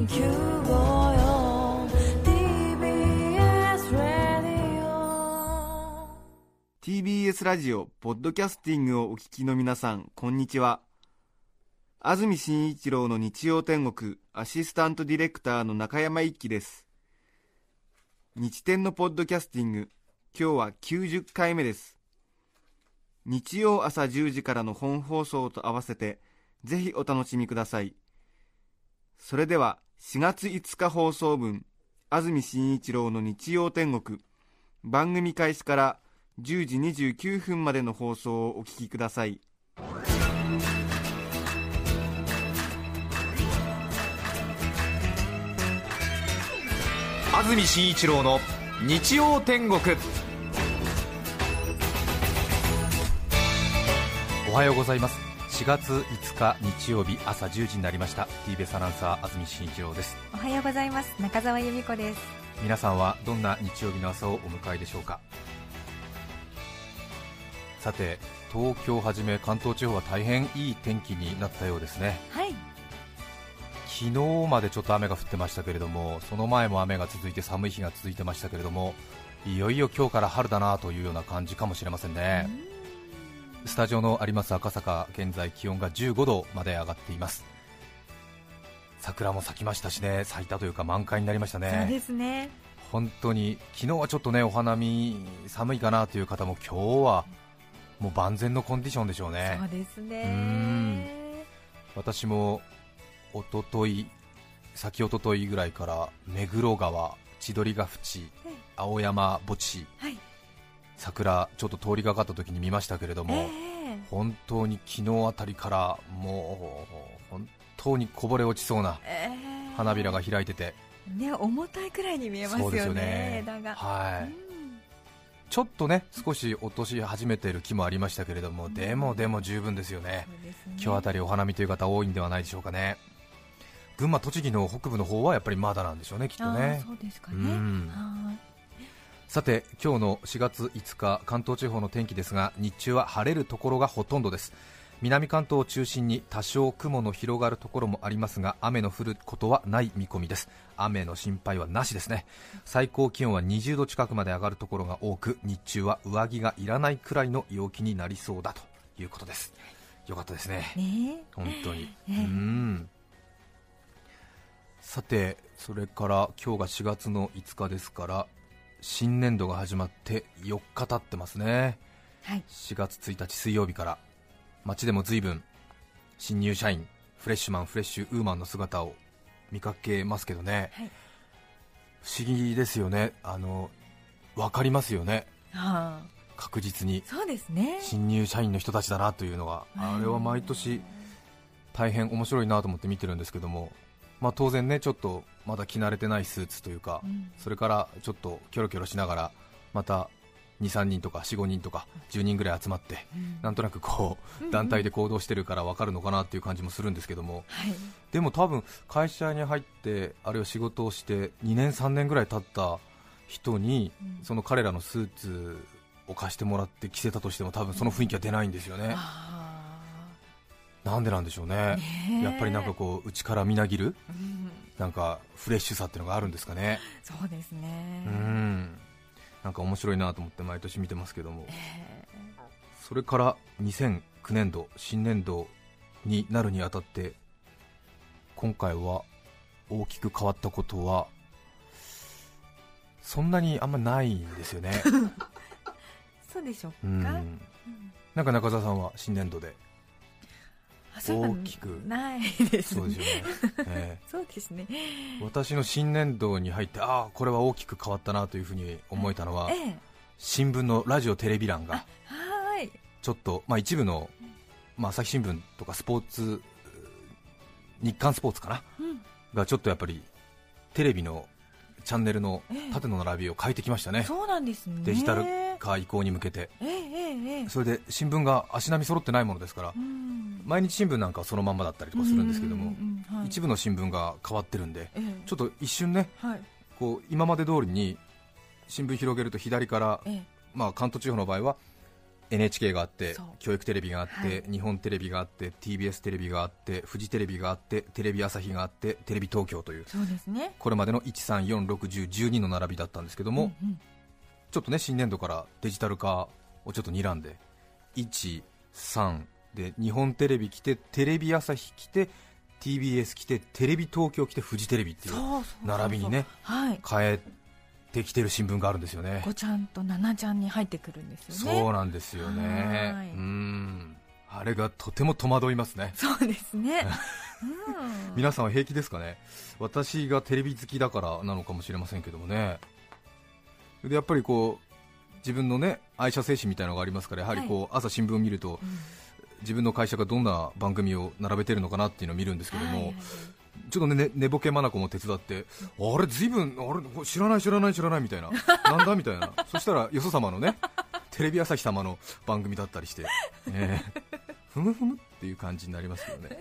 TBS ラジオポッドキャスティングをお聞きの皆さん、こんにちは。安住紳一郎の日曜天国アシスタントディレクターの中山一輝です。日天のポッドキャスティング、今日は90回目です。日曜朝10時からの本放送と合わせてぜひお楽しみください。それでは4月5日放送分、安住紳一郎の日曜天国、番組開始から10時29分までの放送をお聞きください。 安住紳一郎の日曜天国。おはようございます。4月5日日曜日朝10時になりました。 TBS アナウンサー安住紳一郎です。 おはようございます。中澤由美子です。 皆さんはどんな日曜日の朝をお迎えでしょうか。さて、東京をはじめ関東地方は大変いい天気になったようですね。 はい、 昨日までちょっと雨が降ってましたけれども、その前も雨が続いて寒い日が続いてましたけれども、いよいよ今日から春だなというような感じかもしれませんね。スタジオのあります赤坂、現在気温が15度まで上がっています。桜も咲きましたしね、咲いたというか満開になりましたね。 そうですね。 本当に昨日はちょっとね、お花見寒いかなという方も今日はもう万全のコンディションでしょうね。 そうですね。 私も先おとといぐらいから目黒川、千鳥ヶ淵、青山墓地、はい、桜ちょっと通りがかった時に見ましたけれども、本当に昨日あたりからもう本当にこぼれ落ちそうな花びらが開いてて、 重たいくらいに見えますよね。 そうですよね。 枝が、 はい、ちょっとね少し落とし始めている木もありましたけれども、でも十分ですよね。今日あたりお花見という方多いんではないでしょうかね。群馬、栃木の北部の方はやっぱりまだなんでしょうね、きっとね。 そうですかね。 さて、今日の4月5日関東地方の天気ですが、日中は晴れるところがほとんどです。南関東を中心に多少雲の広がるところもありますが、雨の降ることはない見込みです。雨の心配はなしですね。最高気温は20度近くまで上がるところが多く、日中は上着がいらないくらいの陽気になりそうだということです。よかったですね、本当に。さて、それから今日が4月の5日ですから、新年度が始まって4日経ってますね。4月1日水曜日から街でも随分新入社員、フレッシュマン、フレッシュウーマンの姿を見かけますけどね、不思議ですよね。分かりますよね、確実に。 そうですね、 新入社員の人たちだなというのが、あれは毎年大変面白いなと思って見てるんですけども、当然ね、ちょっとまだ着慣れてないスーツというか、それからちょっとキョロキョロしながらまた 2,3 人とか 4,5 人とか10人ぐらい集まって、なんとなくこう団体で行動してるから分かるのかなっていう感じもするんですけども、でも多分会社に入って、あるいは仕事をして2年3年ぐらい経った人に、その彼らのスーツを貸してもらって着せたとしても、多分その雰囲気は出ないんですよね。なんでなんでしょうね。やっぱりなんかこう内からみなぎる、なんかフレッシュさっていうのがあるんですかね。 そうですね。 なんか面白いなと思って毎年見てますけども、それから2009年度新年度になるにあたって、今回は大きく変わったことはそんなにあんまないんですよね。 そうでしょうか。 なんか中澤さんは新年度で大きくないですね。 そうですよね。 そうですね。 私の新年度に入って、これは大きく変わったなというふうに思えたのは、新聞のラジオテレビ欄がちょっと、一部の、朝日新聞とかスポーツ、日刊スポーツかな、がちょっとやっぱりテレビのチャンネルの縦の並びを変えてきましたね。 そうなんですね。 デジタル化移行に向けて、それで新聞が足並み揃ってないものですから、毎日新聞なんかはそのまんまだったりとかするんですけども、一部の新聞が変わってるんで、ちょっと一瞬ね、こう今まで通りに新聞広げると左から、関東地方の場合は NHK があって、 そう教育テレビがあって、 はい日本テレビがあって、 TBS テレビがあって、フジテレビがあって、テレビ朝日があって、テレビ東京というそうですね。 これまでの1346112の並びだったんですけども、 うんうんちょっとね新年度からデジタル化をちょっと睨んで13で日本テレビ来て、テレビ朝日来て、 TBS 来て、テレビ東京来て、フジテレビっていう並びにねはい、 変えてきてる新聞があるんですよね。 5ちゃんと7ちゃんに入ってくるんですよね。 そうなんですよね。 はいあれがとても戸惑いますね。 そうですね、 皆さんは平気ですかね。私がテレビ好きだからなのかもしれませんけどもね。でやっぱりこう自分のね愛社精神みたいなのがありますから、やはりこう、朝新聞を見ると、自分の会社がどんな番組を並べてるのかなっていうのを見るんですけども、 はいはいちょっとね寝ぼけまなこも手伝って、あれずいぶんあれ知らないみたいななんだみたいなそしたらよそ様のねテレビ朝日様の番組だったりして、ふむふむっていう感じになりますけどね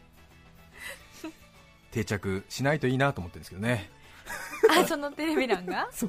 定着しないといいなと思ってるんですけどね。 あ、そのテレビ欄がそう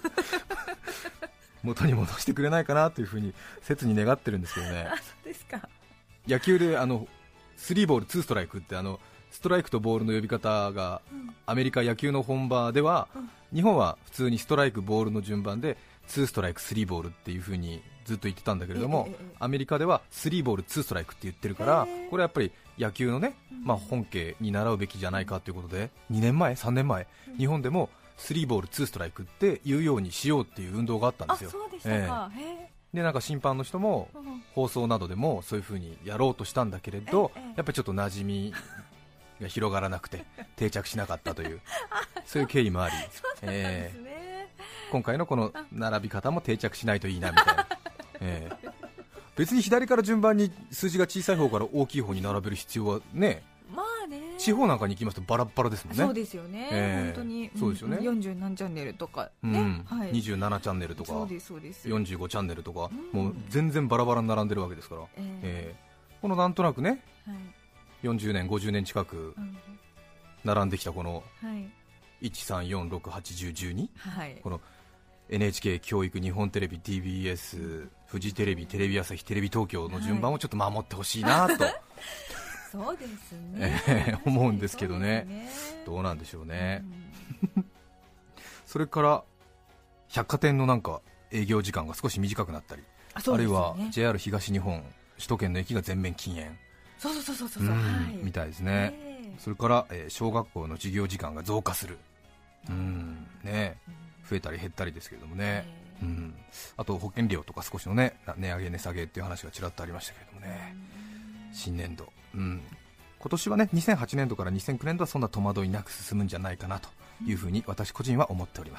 元に戻してくれないかなというふうに切に願ってるんですけどね。 あ、そうですか。 野球で3ボール2ストライクってストライクとボールの呼び方がアメリカ野球の本場では、日本は普通にストライクボールの順番で2ストライク3ボールっていう風にずっと言ってたんだけれども、アメリカでは3ボール2ストライクって言ってるから、これはやっぱり野球のね、本家に習うべきじゃないかということで、2年前3年前日本でも3ボール2ストライクって言うようにしようっていう運動があったんですよ。 あ、そうでしたか。 でなんか審判の人も放送などでもそういう風にやろうとしたんだけれど、やっぱりちょっと馴染みが広がらなくて定着しなかったというそういう経緯もあり、今回のこの並び方も定着しないといいなみたいな、別に左から順番に数字が小さい方から大きい方に並べる必要はね、 まあね、 地方なんかに行きますとバラッバラですもんね。 そうですよね、本当にそうですよね、 40何チャンネルとかね、 27チャンネルとかそうです 45チャンネルとか、もう全然バラバラに並んでるわけですから、このなんとなくね、40年50年近く並んできたこの134681012、この NHK 教育、日本テレビ、 TBS、フジテレビ、テレビ朝日、テレビ東京の順番をちょっと守ってほしいなと、 そうですね、 思うんですけどね、どうなんでしょうね。それから百貨店のなんか営業時間が少し短くなったり、あるいは JR 東日本首都圏の駅が全面禁煙、 そうみたいですね。それから小学校の授業時間が増加する、ね、増えたり減ったりですけれどもね、あと保険料とか少しのね値上げ値下げっていう話がちらっとありましたけれどもね、新年度、今年はね2008年度から2009年度はそんな戸惑いなく進むんじゃないかなというふうに私個人は思っております。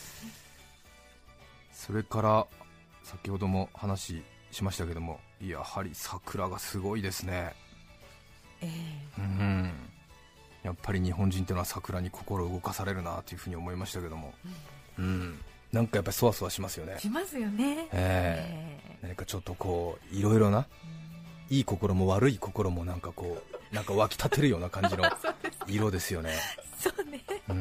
それから先ほども話しましたけども、やはり桜がすごいですね。やっぱり日本人というのは桜に心を動かされるなというふうに思いましたけども、なんかやっぱりそわそわしますよね。 しますよね、 何かちょっとこういろいろな、いい心も悪い心もなんかこうなんか湧き立てるような感じの色ですよね。 そうね、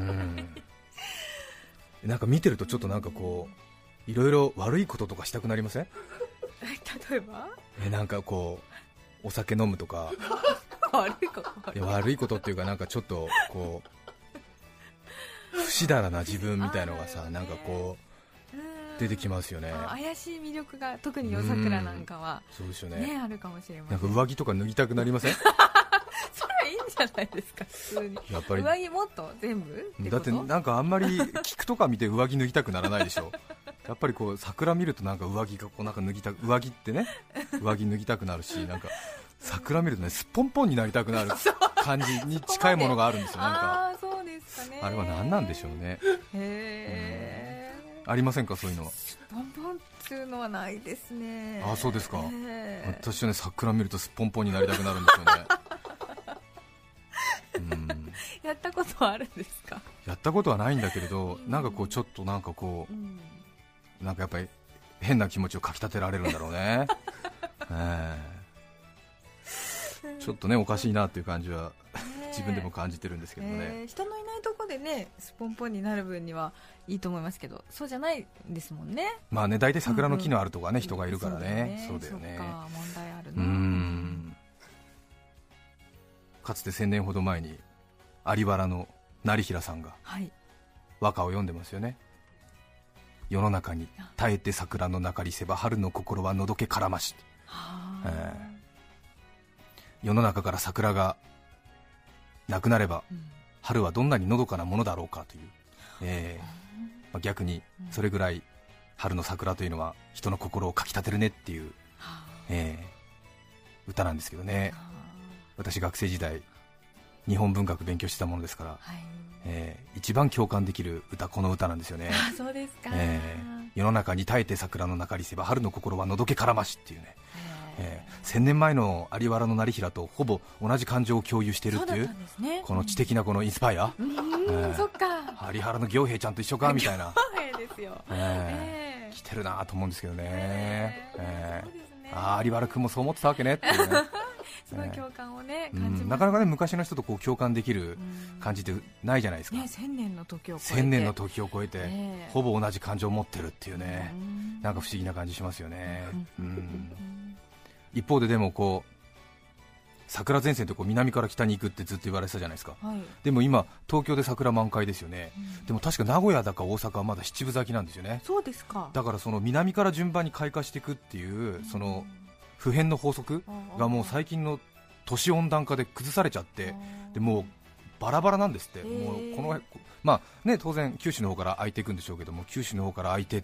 なんか見てるとちょっとなんかこういろいろ悪いこととかしたくなりません？ 例えばなんかこうお酒飲むとか悪いことっていうか、なんかちょっとこう不死だらな自分みたいのがさ、なんかこう出てきますよね。 怪しい魅力が特に夜桜なんかはそうですよね、 あるかもしれません。 なんか上着とか脱ぎたくなりません？ それはいいんじゃないですか、普通に。 やっぱり上着もっと全部だってなんかあんまり菊とか見て上着脱ぎたくならないでしょ。やっぱりこう桜見るとなんか上着がこうなんか上着ってね上着脱ぎたくなるし、なんか桜見るとねすっぽんぽんになりたくなる感じに近いものがあるんですよ。なんかそうですかね、 あれは何なんでしょうね。ありませんか、そういうのは。 すっぽんぽんっていうのはないですね。 あ、そうですか。私はね桜見るとすっぽんぽんになりたくなるんですよね。 やったことはあるんですか？ やったことはないんだけれど、なんかこうちょっとなんかこう、なんかやっぱり変な気持ちをかきたてられるんだろうね。ちょっとねおかしいなっていう感じは自分でも感じてるんですけどもね、 人のいないとこでねスポンポンになる分にはいいと思いますけど、そうじゃないですもんね。 まあね、大体桜の木のあるとこはね、人がいるからね。 そうだよね。そっか、問題あるな。 かつて1000年ほど前に有原の成平さんが和歌を読んでますよね。世の中に耐えて桜の中りせば春の心はのどけからまし、世の中から桜がなくなれば、春はどんなにのどかなものだろうかという、逆にそれぐらい春の桜というのは人の心をかきたてるねっていう、歌なんですけどね。私学生時代日本文学勉強してたものですから、一番共感できる歌、この歌なんですよね。 そうですか。 世の中に耐えて桜の中りせば春の心はのどけからましっていうね、1000年前の有原の成平とほぼ同じ感情を共有しているっていう、この知的なこのインスパイア、 そっか、 有原の行平ちゃんと一緒かみたいな行平ですよ、 来てるなと思うんですけどね。有原君もそう思ってたわけねっていうねすごい共感をね、感じます。 なかなかね、昔の人とこう共感できる感じってないじゃないですか。 1000年の時を超えて、 1000年の時を超えて、ほぼ同じ感情を持ってるっていうね、なんか不思議な感じしますよね。一方ででもこう桜前線ってこう南から北に行くってずっと言われてたじゃないですか、でも今東京で桜満開ですよね、でも確か名古屋だか大阪はまだ七分咲きなんですよね。 そうですか。 だからその南から順番に開花していくっていうその普遍の法則がもう最近の都市温暖化で崩されちゃって、でもうバラバラなんですって。もうこの、まあね、当然九州の方から空いていくんでしょうけども、九州の方から空いていって、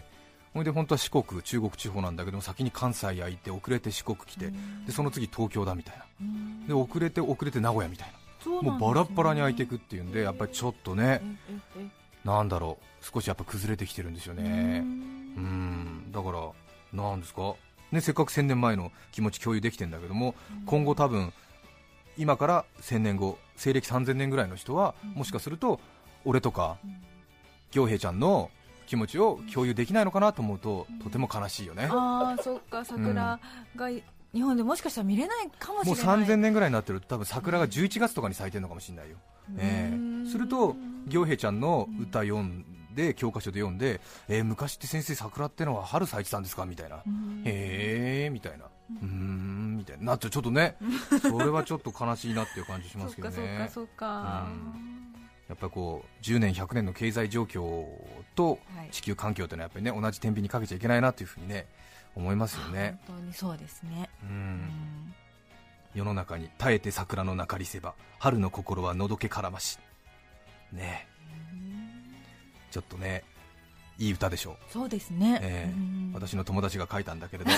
ほいで本当は四国、中国地方なんだけども、先に関西空いて遅れて四国来て、でその次東京だみたいな、で遅れて名古屋みたいな、もうバラッバラに空いていくっていうんで、やっぱりちょっとね、なんだろう、少しやっぱ崩れてきてるんですよね。だからなんですかね、せっかく1000年前の気持ち共有できてるんだけども、今後多分今から1000年後、西暦3000年ぐらいの人は、もしかすると俺とか行平ちゃんの気持ちを共有できないのかなと思うと、とても悲しいよね。 そっか、桜が日本でもしかしたら見れないかもしれない。 もう3000年ぐらいになってると多分桜が11月とかに咲いてるのかもしれないよ。すると行平ちゃんの歌読んで、教科書で読んで、昔って先生桜ってのは春咲いてたんですかみたいな、へーみたいな、みたいななっちゃう。ちょっとねそれはちょっと悲しいなっていう感じしますけどね。 そうか、 やっぱりこう10年100年の経済状況と地球環境というのはやっぱりね、同じ天秤にかけちゃいけないなというふうにね思いますよね。 本当にそうですね。 世の中に耐えて桜の中りせば春の心はのどけからましね。ちょっとね、いい歌でしょう。 そうですね、 私の友達が書いたんだけれど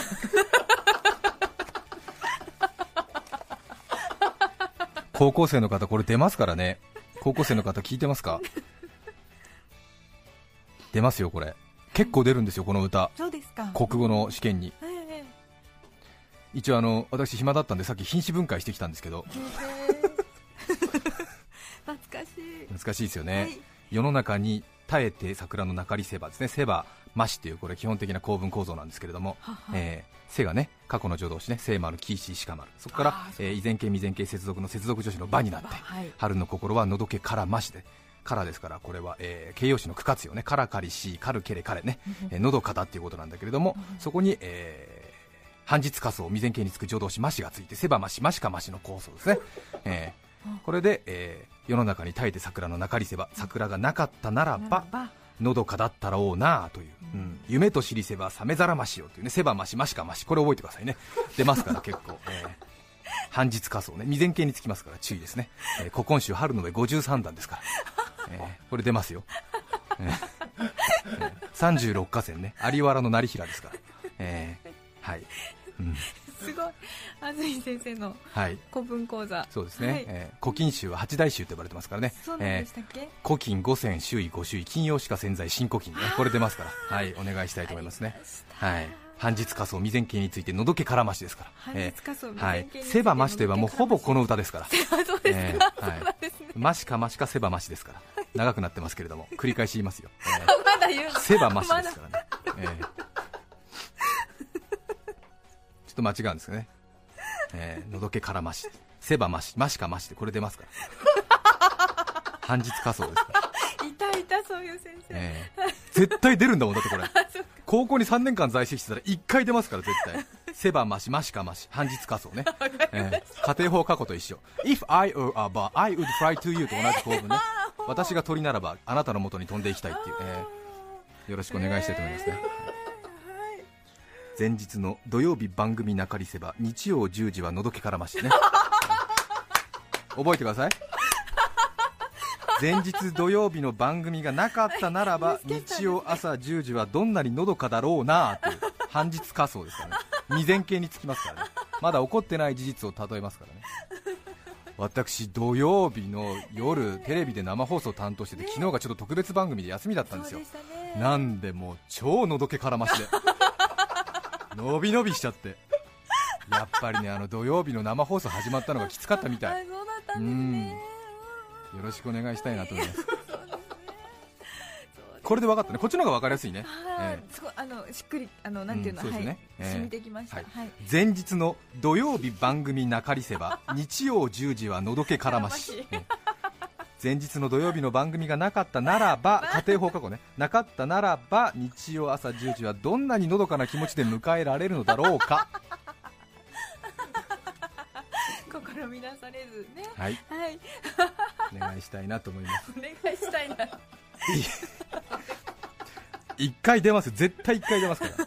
高校生の方これ出ますからね。高校生の方聞いてますか？出ますよ、これ結構出るんですよ、この歌。 そうですか。 国語の試験に、一応私暇だったんでさっき品詞分解してきたんですけど懐かしい。 難しいですよね、世の中に耐えて桜の中りせばですね、せばましというこれ基本的な構文構造なんですけれども、せがね過去の助動詞ね、せい丸きいししか丸、そこから依然形未然形接続の接続助詞のばになって、春の心はのどけからましで、からですから、これは、形容詞の句活用ね、からかりしかるけれかれね、のどかだっていうことなんだけれども、そこに、半日仮想未然形につく助動詞ましがついて、せばましましかましの構想ですね。これで、世の中に耐えて桜の中りせば、桜がなかったならばのどかだったらおうなという、夢と知りせばさめざらましよというね、せばましましかまし、これ覚えてくださいね。出ますから結構、半日仮想ね、未然形につきますから注意ですね。古今集春の上53段ですから、これ出ますよ。36河川ね、有原の成平ですから、はい、 すごい、安住先生の古文講座、 そうですね、古今集は八大集と呼ばれてますからね。 そうなんでしたっけ？ 古今五川周囲五周囲金曜しか潜在新古今ね、これ出ますから、はい、お願いしたいと思いますね。はい、半日仮想未然形についてのどけからましですから、せばましといえばもうほぼこの歌ですからそうですか、 ましかましかせばましですから、長くなってますけれども繰り返し言いますよ、 まだ言うの？ せばましですからね、ちょっと間違うんですよね、のどけからまし、 せばまし、ましかましでこれ出ますから半日仮想ですからいたそういう先生、 絶対出るんだもん、だってこれ高校に3年間在籍してたら1回出ますから絶対せばまし、ましかまし、半日仮想ね、家庭法過去と一緒 If I were a bird, I would fly to you と同じ構文ね私が鳥ならばあなたの元に飛んでいきたいっていう、よろしくお願いしたいと思いますね、前日の土曜日番組なかりせば日曜10時はのどけからましね覚えてください。前日土曜日の番組がなかったならば日曜朝10時はどんなにのどかだろうなという半日仮想ですからね、未然形につきますからね、まだ起こってない事実を例えますからね。私土曜日の夜テレビで生放送を担当してて、昨日がちょっと特別番組で休みだったんですよ、なんでもう超のどけからましでのびのびしちゃって、やっぱりね、土曜日の生放送始まったのがきつかったみたい。 そうだったんですね。 よろしくお願いしたいなと思いますこれで分かったね、こっちの方が分かりやすいね、 すごいしっくりなんていうの、 そうですね、 染みてきました、 前日の土曜日番組なかりせば日曜10時はのどけからまし前日の土曜日の番組がなかったならば、家庭放課後ね、なかったならば日曜朝10時はどんなにのどかな気持ちで迎えられるのだろうか試みなされずね、 はい、お願いしたいなと思います。 お願いしたいな 1回出ます、絶対1回出ますから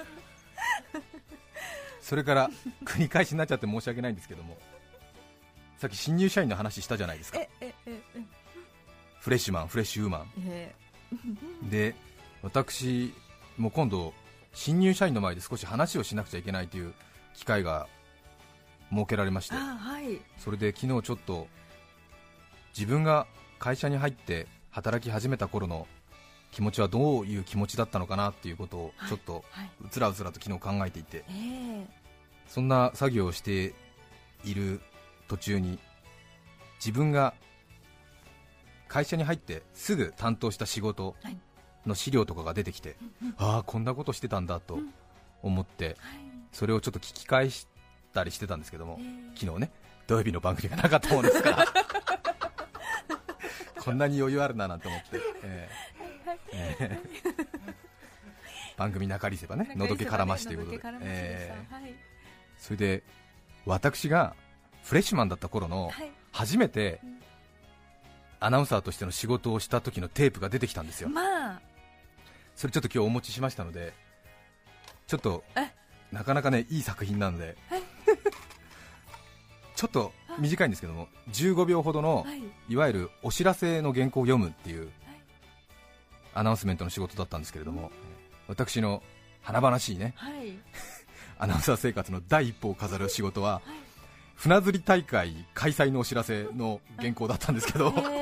それから繰り返しになっちゃって申し訳ないんですけども、さっき新入社員の話したじゃないですか。フレッシュマン、フレッシュウーマン、で私も今度新入社員の前で少し話をしなくちゃいけないという機会が設けられまして、それで昨日ちょっと自分が会社に入って働き始めた頃の気持ちはどういう気持ちだったのかなっていうことをちょっとうつらうつらと昨日考えていて、そんな作業をしている途中に自分が会社に入ってすぐ担当した仕事の資料とかが出てきて、ああこんなことしてたんだと思って、それをちょっと聞き返したりしてたんですけども、昨日ね土曜日の番組がなかったもんですからこんなに余裕あるななんて思って、番組なかりせばね、のどけからましということで、それで私がフレッシュマンだった頃の初めてアナウンサーとしての仕事をした時のテープが出てきたんですよ、それちょっと今日お持ちしましたので、ちょっとなかなかねいい作品なのでちょっと短いんですけども15秒ほどのいわゆるお知らせの原稿を読むっていうアナウンスメントの仕事だったんですけれども、私の華々しいね、アナウンサー生活の第一歩を飾る仕事は、船釣り大会開催のお知らせの原稿だったんですけど、 そ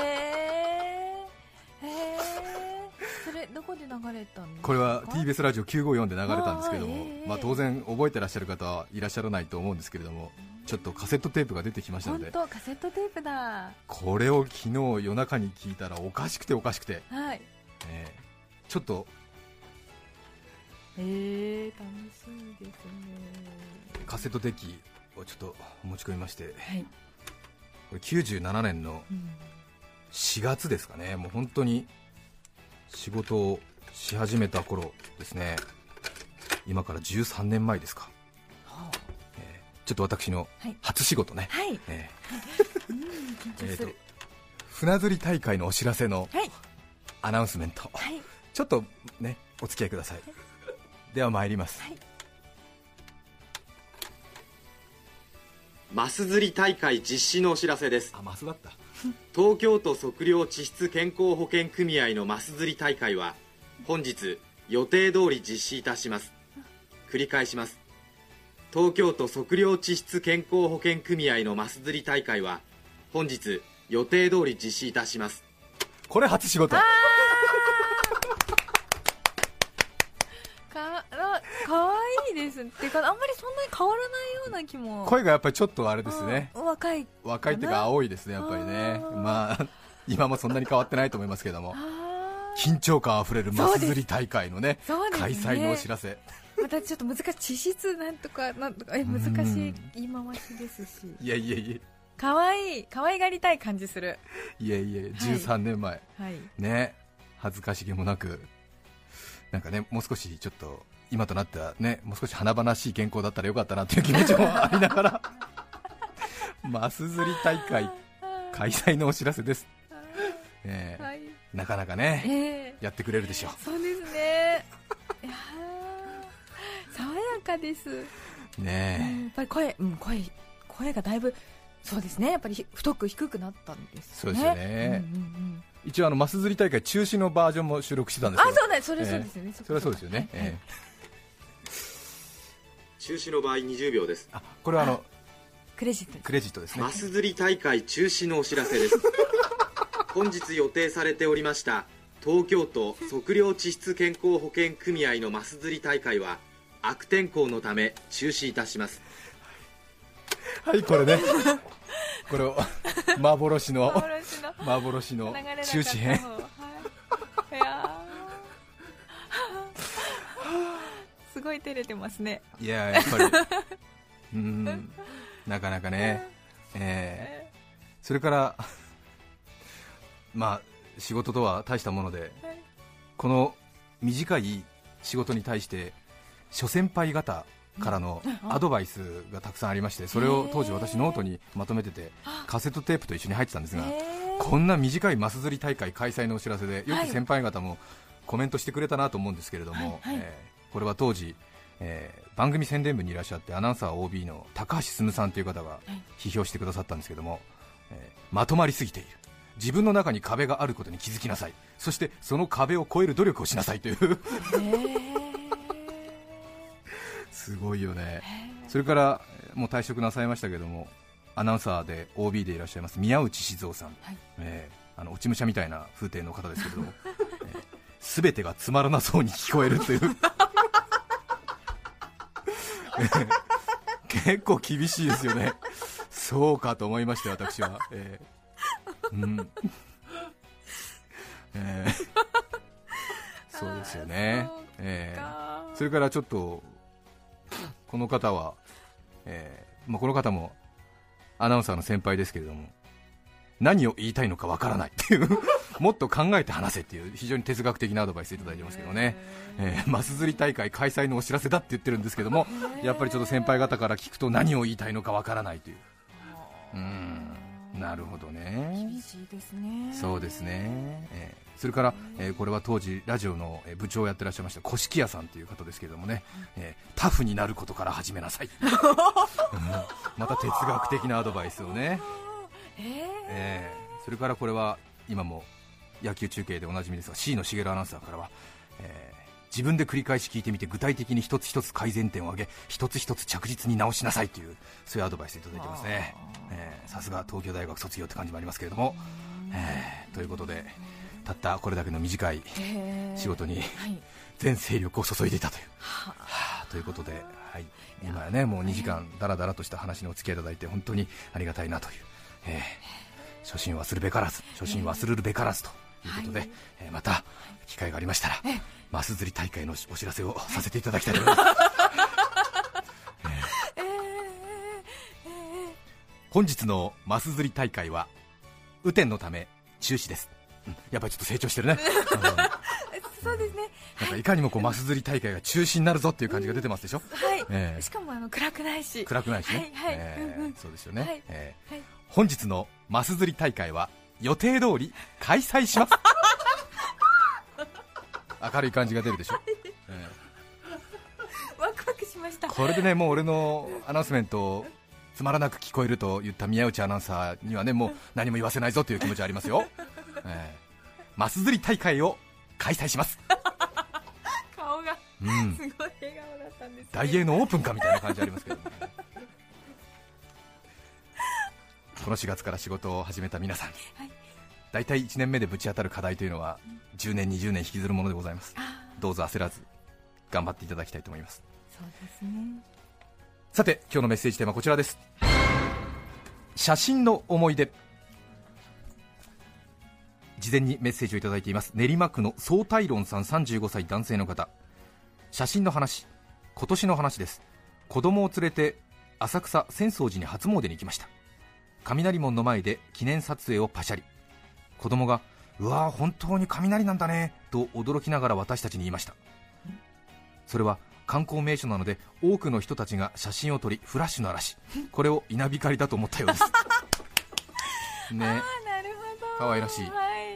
れどこで流れたんですか？ これは TBS ラジオ954で流れたんですけども、当然覚えてらっしゃる方はいらっしゃらないと思うんですけれども、ちょっとカセットテープが出てきましたので、 本当カセットテープだ。 これを昨日夜中に聞いたらおかしくて、ちょっと楽しいですね。 カセットデッキをちょっと持ち込みまして、これ97年の4月ですかね、もう本当に仕事をし始めた頃ですね、今から13年前ですか、ちょっと私の初仕事ね、船釣り大会のお知らせのアナウンスメント、ちょっとねお付き合いください。では参ります。 マス釣り大会実施のお知らせです。 マスだった。 東京都測量地質健康保険組合のマス釣り大会は本日予定通り実施いたします。繰り返します。東京都測量地質健康保険組合のマス釣り大会は本日予定通り実施いたします。 これ初仕事。 かわいいですっていうか、あんまりそんなに変わらないような気も。 声がやっぱりちょっとあれですね、 若いっていうか青いですね、やっぱりね。まあ今もそんなに変わってないと思いますけども、緊張感あふれるマス釣り大会のね、開催のお知らせ。 またちょっと難しい、地質なんとか難しい言い回しですし、 いやかわいがりたい感じする。 いえいえ、13年前、 はい、 ね、恥ずかしげもなく、なんかね、もう少しちょっと今となってはね、もう少し華々しい健康だったらよかったなという気持ちもありながらマス釣り大会開催のお知らせです。はい、なかなかね、やってくれるでしょう。 そうですね。いや爽やかですね。やっぱり声がだいぶ、そうですね、やっぱり太く低くなったんですね。 そうですよね、一応マス釣り大会中止のバージョンも収録してたんですけど、 そうだ、それそうですよね、 それはそうですよね、 中止の場合20秒です。 これはクレジットですね。 マス釣り大会中止のお知らせです本日予定されておりました東京都測量地質健康保険組合のマス釣り大会は悪天候のため中止いたします。 はい、これねこれを幻の中止編いやすごい照れてますね。 いや、やっぱりなかなかね、それからまあ仕事とは大したもので、この短い仕事に対して諸先輩方からのアドバイスがたくさんありまして、それを当時私ノートにまとめててカセットテープと一緒に入ってたんですが、こんな短いマス釣り大会開催のお知らせでよく先輩方もコメントしてくれたなと思うんですけれども、これは当時、番組宣伝部にいらっしゃってアナウンサー OB の高橋進さんという方が批評してくださったんですけども、まとまりすぎている、自分の中に壁があることに気づきなさい、そしてその壁を越える努力をしなさいというすごいよね。それからもう退職なさいましたけども、アナウンサーで OB でいらっしゃいます宮内静雄さん、落ち武者みたいな風景の方ですけれども、全てがつまらなそうに聞こえるという結構厳しいですよね。そうかと思いまして私は、そうですよね、それからちょっとこの方は、この方もアナウンサーの先輩ですけれども、何を言いたいのかわからないっていうもっと考えて話せっていう非常に哲学的なアドバイスいただいてますけどね、マス釣り大会開催のお知らせだって言ってるんですけども、やっぱりちょっと先輩方から聞くと何を言いたいのかわからないという、なるほどね、 厳しいですね。 そうですね、それから、これは当時ラジオの部長をやってらっしゃいました小敷屋さんという方ですけれどもね、タフになることから始めなさいまた哲学的なアドバイスをね、それからこれは今も野球中継でおなじみですが C の茂アナウンサーからは、自分で繰り返し聞いてみて具体的に一つ一つ改善点を挙げ一つ一つ着実に直しなさいというそういうアドバイスいただいてますね。さすが東京大学卒業って感じもありますけれども、ということでたったこれだけの短い仕事に全精力を注いでいたという、ということで、今はねもう2時間だらだらとした話にお付き合いいただいて本当にありがたいなという、初心忘るべからず初心忘るるべからずということで、また機会がありましたらマス釣り大会のお知らせをさせていただきたいと思います本日のマス釣り大会は雨天のため中止です。やっぱりちょっと成長してるねそうですね、 なんかいかにもこうマス釣り大会が中止になるぞっていう感じが出てますでしょ。 しかも暗くないしね、そうですよね、本日のマス釣り大会は予定通り開催します明るい感じが出るでしょ、 ワクワクしました。 これでねもう俺のアナウンスメントをつまらなく聞こえると言った宮内アナウンサーにはねもう何も言わせないぞという気持ちありますよ、マス釣り大会を開催します顔が、すごい笑顔だったんです、ね、 大英のオープンかみたいな感じありますけど、この4月から仕事を始めた皆さん、だいたい1年目でぶち当たる課題というのは10年20年引きずるものでございます。どうぞ焦らず頑張っていただきたいと思います。 そうですね。 さて今日のメッセージテーマはこちらです。写真の思い出。事前にメッセージをいただいています。練馬区の総大論さん35歳男性の方。写真の話、今年の話です。子供を連れて浅草浅草寺に初詣に行きました。 雷門の前で記念撮影をパシャリ。子供がうわー本当に雷なんだねと驚きながら私たちに言いました。それは観光名所なので多くの人たちが写真を撮りフラッシュの嵐、これを稲光だと思ったようですね。 なるほど、 可愛らしい、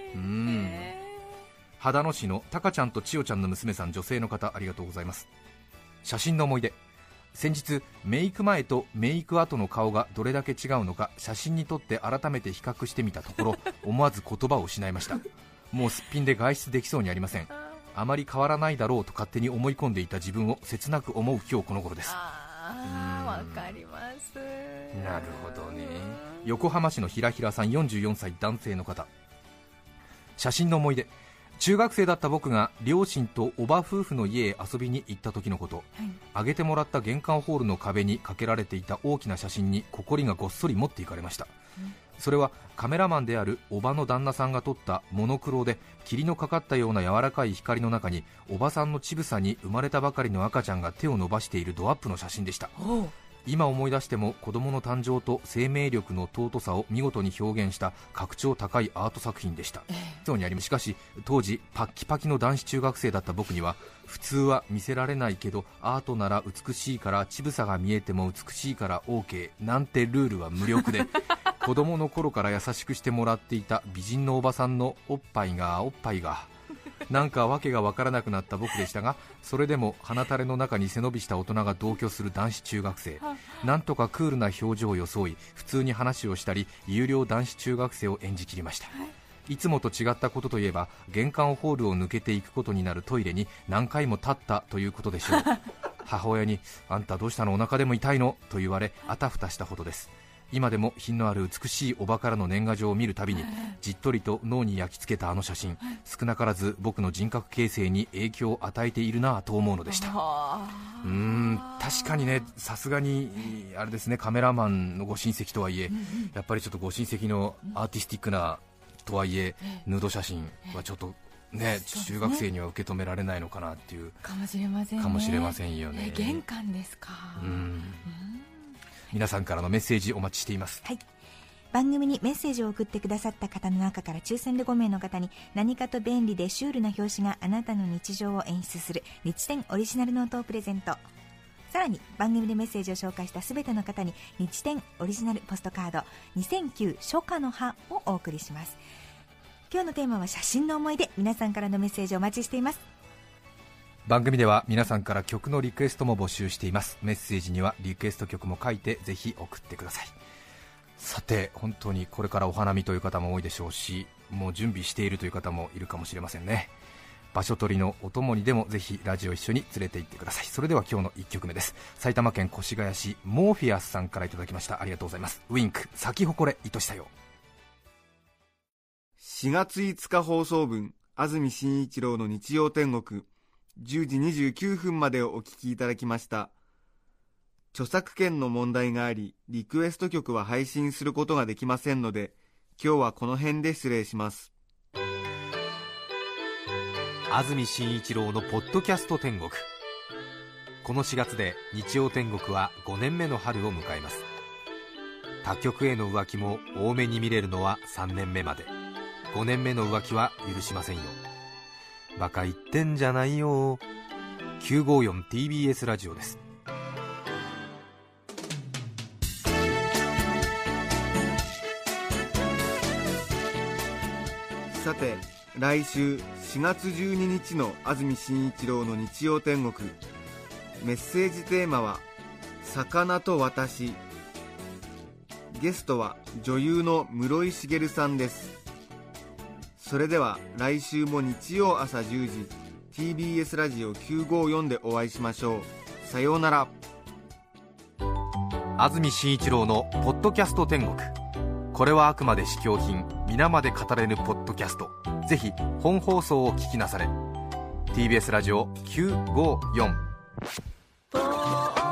秦野市のタカちゃんと千代ちゃんの娘さん、女性の方、ありがとうございます。写真の思い出。先日メイク前とメイク後の顔がどれだけ違うのか写真に撮って改めて比較してみたところ思わず言葉を失いました。もうすっぴんで外出できそうにありません。あまり変わらないだろうと勝手に思い込んでいた自分を切なく思う今日この頃です。 わかります。 なるほどね。横浜市のひらひらさん、44歳男性の方。写真の思い出。中学生だった僕が両親とおば夫婦の家へ遊びに行った時のこと、あげてもらった玄関ホールの壁にかけられていた大きな写真に心がごっそり持っていかれました。それはカメラマンであるおばの旦那さんが撮ったモノクロで霧のかかったような柔らかい光の中におばさんの乳房に生まれたばかりの赤ちゃんが手を伸ばしているドアップの写真でした。今思い出しても子供の誕生と生命力の尊さを見事に表現した格調高いアート作品でした。そうにあります。しかし当時パッキパキの男子中学生だった僕には普通は見せられないけどアートなら美しいから乳房が見えても美しいから OK なんてルールは無力で子供の頃から優しくしてもらっていた美人のおばさんのおっぱいがなんかわけがわからなくなった僕でしたが、それでも鼻垂れの中に背伸びした大人が同居する男子中学生、なんとかクールな表情を装い普通に話をしたり有料男子中学生を演じきりました。いつもと違ったことといえば玄関ホールを抜けていくことになるトイレに何回も立ったということでしょう母親にあんたどうしたの、お腹でも痛いのと言われあたふたしたほどです。今でも品のある美しいおばからの年賀状を見るたびにじっとりと脳に焼き付けたあの写真、少なからず僕の人格形成に影響を与えているなと思うのでした。確かにね、さすがにあれですね、カメラマンのご親戚とはいえやっぱりちょっとご親戚のアーティスティックなとはいえヌード写真はちょっとね、中学生には受け止められないのかなっていうかもしれませんね。 かもしれませんよね。 玄関ですか。 皆さんからのメッセージお待ちしています。 はい、番組にメッセージを送ってくださった方の中から抽選で5名の方に何かと便利でシュールな表紙があなたの日常を演出する日展オリジナルノートをプレゼント。さらに番組でメッセージを紹介したすべての方に日展オリジナルポストカード2009初夏の葉をお送りします。今日のテーマは写真の思い出。皆さんからのメッセージをお待ちしています。 番組では皆さんから曲のリクエストも募集しています。メッセージにはリクエスト曲も書いてぜひ送ってください。さて、本当にこれからお花見という方も多いでしょうし、もう準備しているという方もいるかもしれませんね。場所取りのお供にでもぜひラジオ一緒に連れて行ってください。それでは今日の1曲目です。埼玉県越谷市モーフィアスさんからいただきました。ありがとうございます。ウィンク、咲き誇れ愛しさよ。 4月5日放送分、安住紳一郎の日曜天国、10時29分までをお聞きいただきました。著作権の問題があり、リクエスト曲は配信することができませんので、今日はこの辺で失礼します。 安住紳一郎のポッドキャスト天国。この4月で日曜天国は5年目の春を迎えます。他局への浮気も多めに見れるのは3年目まで。5年目の浮気は許しませんよ。バカ言ってんじゃないよ。 954TBS ラジオです。 さて、来週4月12日の安住紳一郎の日曜天国、メッセージテーマは魚と私。ゲストは女優の室井滋さんです。それでは来週も日曜朝10時 TBS ラジオ954でお会いしましょう。さようなら。 安住紳一郎のポッドキャスト天国。これはあくまで試供品、皆まで語れぬポッドキャスト。ぜひ本放送を聞きなされ。 TBS ラジオ954。